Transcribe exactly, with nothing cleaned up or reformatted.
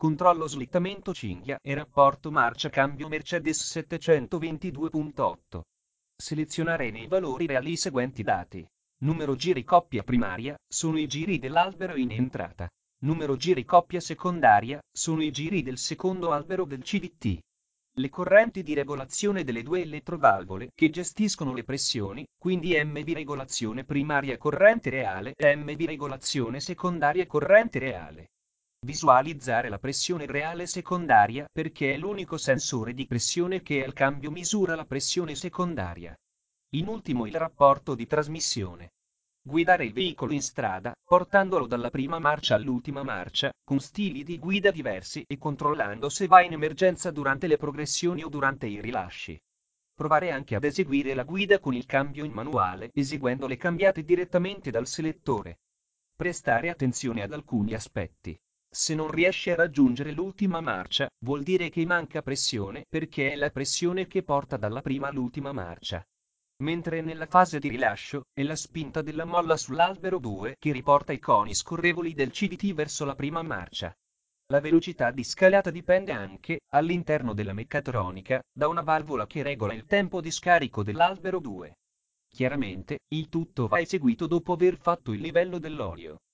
Controllo slittamento cinghia e rapporto marcia-cambio Mercedes settecentoventidue punto otto. Selezionare nei valori reali i seguenti dati. Numero giri coppia primaria, sono i giri dell'albero in entrata. Numero giri coppia secondaria, sono i giri del secondo albero del C V T. Le correnti di regolazione delle due elettrovalvole che gestiscono le pressioni, quindi M V regolazione primaria corrente reale e M V regolazione secondaria corrente reale. Visualizzare la pressione reale secondaria perché è l'unico sensore di pressione che al cambio misura la pressione secondaria. In ultimo il rapporto di trasmissione. Guidare il veicolo in strada, portandolo dalla prima marcia all'ultima marcia, con stili di guida diversi e controllando se va in emergenza durante le progressioni o durante i rilasci. Provare anche ad eseguire la guida con il cambio in manuale, eseguendo le cambiate direttamente dal selettore. Prestare attenzione ad alcuni aspetti. Se non riesce a raggiungere l'ultima marcia, vuol dire che manca pressione perché è la pressione che porta dalla prima all'ultima marcia. Mentre nella fase di rilascio, è la spinta della molla sull'albero due che riporta i coni scorrevoli del C V T verso la prima marcia. La velocità di scalata dipende anche, all'interno della meccatronica, da una valvola che regola il tempo di scarico dell'albero due. Chiaramente, il tutto va eseguito dopo aver fatto il livello dell'olio.